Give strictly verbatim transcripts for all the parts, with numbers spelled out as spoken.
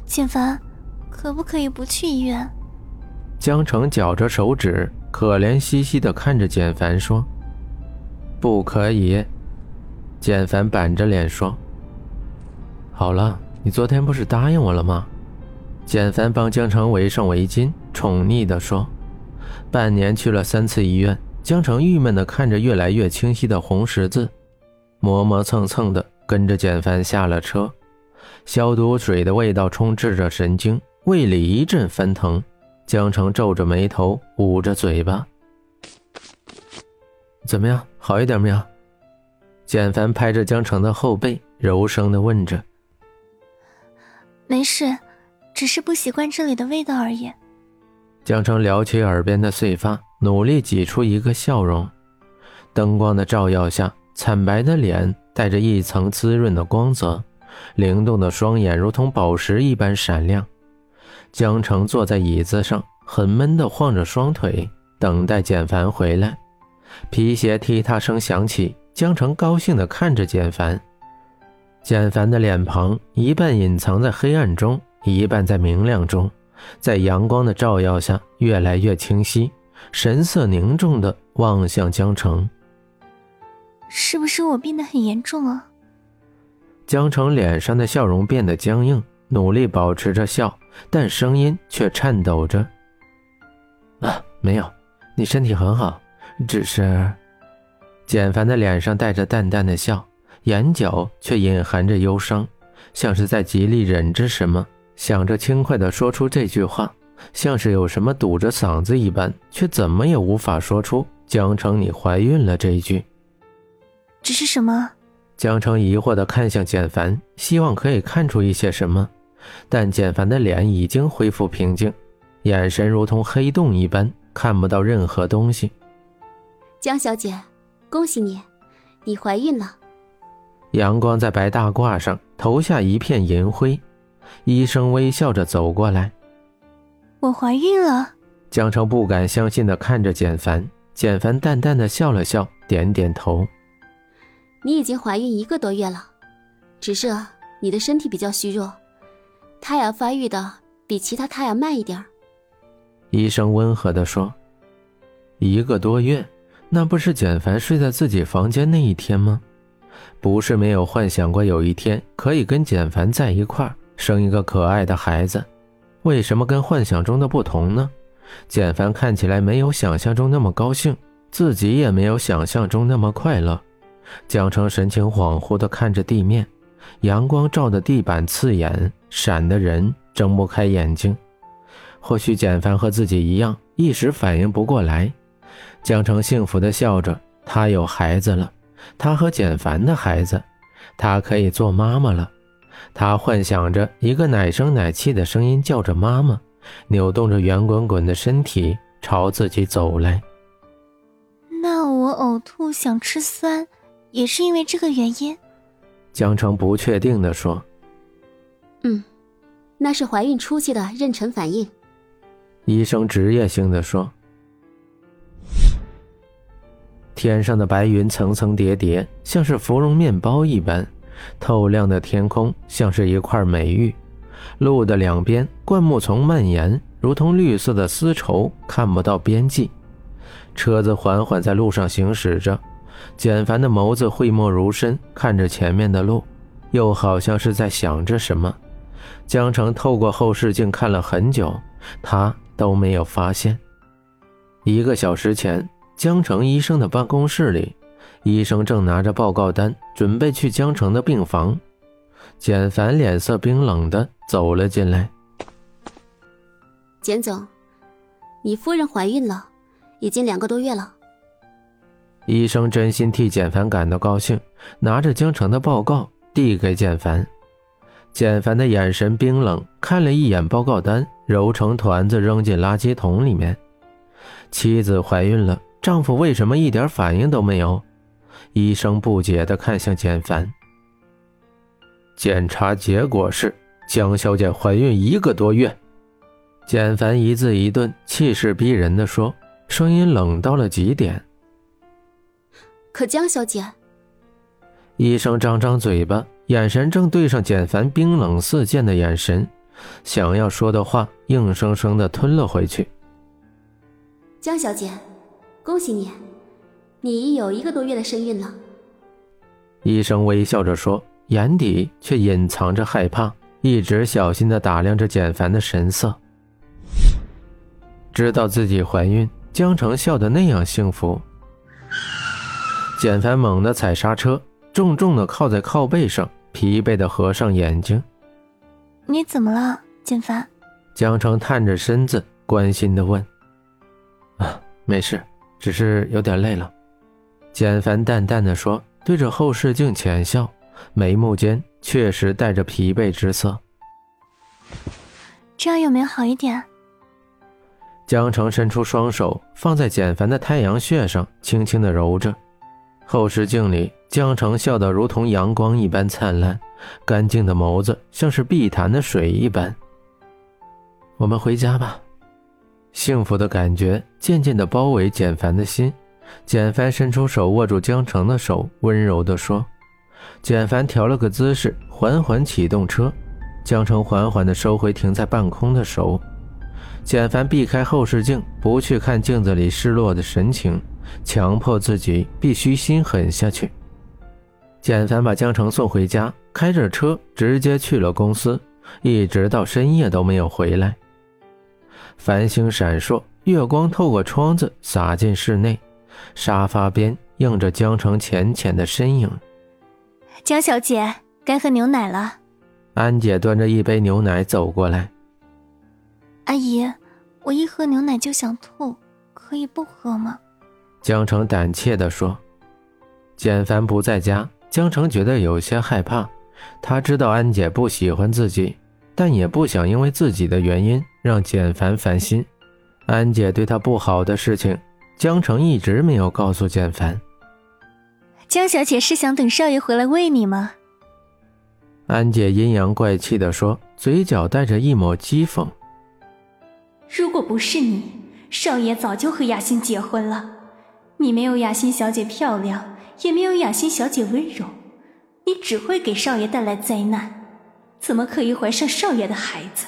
简凡，可不可以不去医院？ 江澄绞着手指，可怜兮兮地看着简凡说：不可以。简凡板着脸说：好了，你昨天不是答应我了吗？简凡帮江澄围上围巾，宠溺地说。半年去了三次医院，江澄郁闷地看着越来越清晰的红十字，磨磨蹭蹭地跟着简凡下了车。消毒水的味道充斥着神经，胃里一阵翻腾。江澄皱着眉头，捂着嘴巴。怎么样，好一点没有？简凡拍着江澄的后背，柔声地问着。 没事，只是不习惯这里的味道而已。 江澄撩起耳边的碎发，努力挤出一个笑容。灯光的照耀下，惨白的脸带着一层滋润的光泽，灵动的双眼如同宝石一般闪亮。江澄坐在椅子上，很闷地晃着双腿，等待简凡回来。皮鞋踢踏声响起，江澄高兴地看着简凡。简凡的脸庞一半隐藏在黑暗中，一半在明亮中，在阳光的照耀下越来越清晰，神色凝重地望向江澄。 是不是我病得很严重啊？ 江澄脸上的笑容变得僵硬，努力保持着笑，但声音却颤抖着。啊，没有，你身体很好，只是……简凡的脸上带着淡淡的笑，眼角却隐含着忧伤，像是在极力忍着什么，想着轻快地说出这句话，像是有什么堵着嗓子一般，却怎么也无法说出江澄你怀孕了这一句。 只是什么？ 江澄疑惑地看向简凡，希望可以看出一些什么，但简凡的脸已经恢复平静，眼神如同黑洞一般，看不到任何东西。 江小姐，恭喜你，你怀孕了。 阳光在白大褂上投下一片银灰，医生微笑着走过来。 我怀孕了？ 江澄不敢相信地看着简凡，简凡淡淡地笑了笑，点点头。 你已经怀孕一个多月了，只是你的身体比较虚弱，胎儿发育的比其他胎儿慢一点。 医生温和地说。一个多月，那不是简凡睡在自己房间那一天吗？不是没有幻想过有一天可以跟简凡在一块儿生一个可爱的孩子，为什么跟幻想中的不同呢？简凡看起来没有想象中那么高兴，自己也没有想象中那么快乐。江澄神情恍惚地看着地面，阳光照的地板刺眼，闪得人睁不开眼睛。或许简凡和自己一样，一时反应不过来。江澄幸福地笑着，他有孩子了，他和简凡的孩子，他可以做妈妈了。他幻想着一个奶声奶气的声音叫着妈妈，扭动着圆滚滚的身体朝自己走来。 那我呕吐想吃酸也是因为这个原因？ 江澄不确定地说。 嗯，那是怀孕初期的妊娠反应。 医生职业性地说。天上的白云层层叠叠，像是芙蓉面包一般，透亮的天空像是一块美玉，路的两边灌木丛蔓延，如同绿色的丝绸，看不到边际。车子缓缓在路上行驶着，简凡的眸子讳莫如深，看着前面的路，又好像是在想着什么。江澄透过后视镜看了很久，他都没有发现。一个小时前，江澄医生的办公室里，医生正拿着报告单准备去江澄的病房。简凡脸色冰冷地走了进来。 简总，你夫人怀孕了，已经两个多月了。 医生真心替简凡感到高兴，拿着江澄的报告递给简凡。简凡的眼神冰冷，看了一眼报告单，揉成团子扔进垃圾桶里面。妻子怀孕了，丈夫为什么一点反应都没有？医生不解地看向简凡。检查结果是江小姐怀孕一个多月。简凡一字一顿，气势逼人地说，声音冷到了极点。 可江小姐…… 医生张张嘴巴，眼神正对上简凡冰冷似剑的眼神， 想要说的话硬生生地吞了回去。 江小姐，恭喜你，你已有一个多月的身孕了。 医生微笑着说，眼底却隐藏着害怕，一直小心地打量着简凡的神色。知道自己怀孕，江澄笑得那样幸福。简凡猛地踩刹车，重重地靠在靠背上，疲惫地合上眼睛。 你怎么了，简凡？ 江澄探着身子，关心地问。啊，没事，只是有点累了。简凡淡淡地说，对着后视镜浅笑，眉目间确实带着疲惫之色。 这样有没有好一点？ 江澄伸出双手放在简凡的太阳穴上，轻轻地揉着。后视镜里，江澄笑得如同阳光一般灿烂，干净的眸子像是碧潭的水一般。我们回家吧。幸福的感觉渐渐地包围简凡的心。简凡伸出手握住江澄的手，温柔地说。简凡调了个姿势，缓缓启动车。江澄缓缓地收回停在半空的手。简凡避开后视镜，不去看镜子里失落的神情，强迫自己必须心狠下去。简凡把江澄送回家，开着车直接去了公司，一直到深夜都没有回来。繁星闪烁，月光透过窗子洒进室内，沙发边映着江澄浅浅的身影。 江小姐，该喝牛奶了。 安姐端着一杯牛奶走过来。 阿姨，我一喝牛奶就想吐，可以不喝吗？ 江澄胆怯地说。简凡不在家，江澄觉得有些害怕。他知道安姐不喜欢自己，但也不想因为自己的原因让简凡烦心。安姐对他不好的事情，江澄一直没有告诉简凡。 江小姐是想等少爷回来喂你吗？ 安姐阴阳怪气地说，嘴角带着一抹讥讽。 如果不是你，少爷早就和雅欣结婚了。你没有雅欣小姐漂亮，也没有雅欣小姐温柔，你只会给少爷带来灾难，怎么可以怀上少爷的孩子？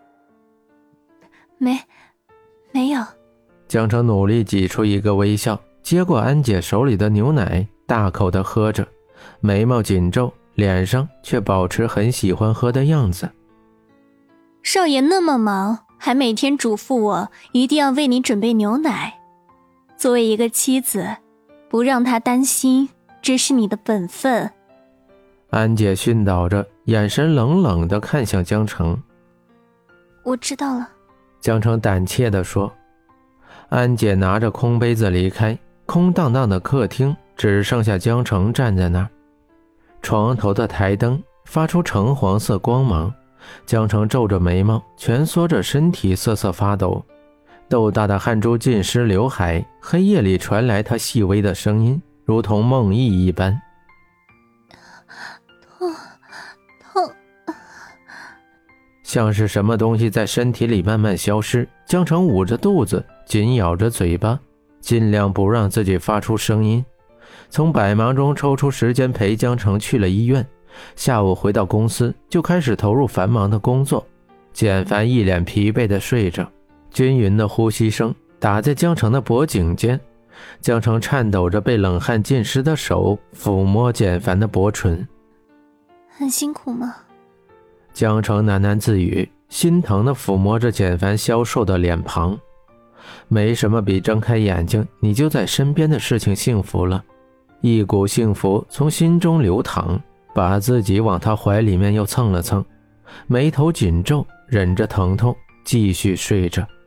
没没有。 江澄努力挤出一个微笑，接过安姐手里的牛奶，大口地喝着，眉毛紧皱，脸上却保持很喜欢喝的样子。 少爷那么忙，还每天嘱咐我一定要为你准备牛奶。作为一个妻子，不让他担心，这是你的本分。 安姐训导着，眼神冷冷地看向江澄。 我知道了。 江澄胆怯地说。安姐拿着空杯子离开，空荡荡的客厅只剩下江澄站在那儿。床头的台灯发出橙黄色光芒，江澄皱着眉毛，蜷缩着身体瑟瑟发抖，豆大的汗珠浸湿刘海，黑夜里传来他细微的声音，如同梦呓一般。 痛痛， 像是什么东西在身体里慢慢消失。江澄捂着肚子，紧咬着嘴巴，尽量不让自己发出声音。从百忙中抽出时间陪江澄去了医院，下午回到公司就开始投入繁忙的工作。简凡一脸疲惫地睡着，均匀的呼吸声打在江澄的脖颈间。江澄颤抖着被冷汗浸湿的手抚摸简凡的薄唇。 很辛苦吗？ 江澄喃喃自语，心疼地抚摸着简凡消瘦的脸庞。没什么比睁开眼睛你就在身边的事情幸福了。一股幸福从心中流淌，把自己往他怀里面又蹭了蹭，眉头紧皱，忍着疼痛继续睡着。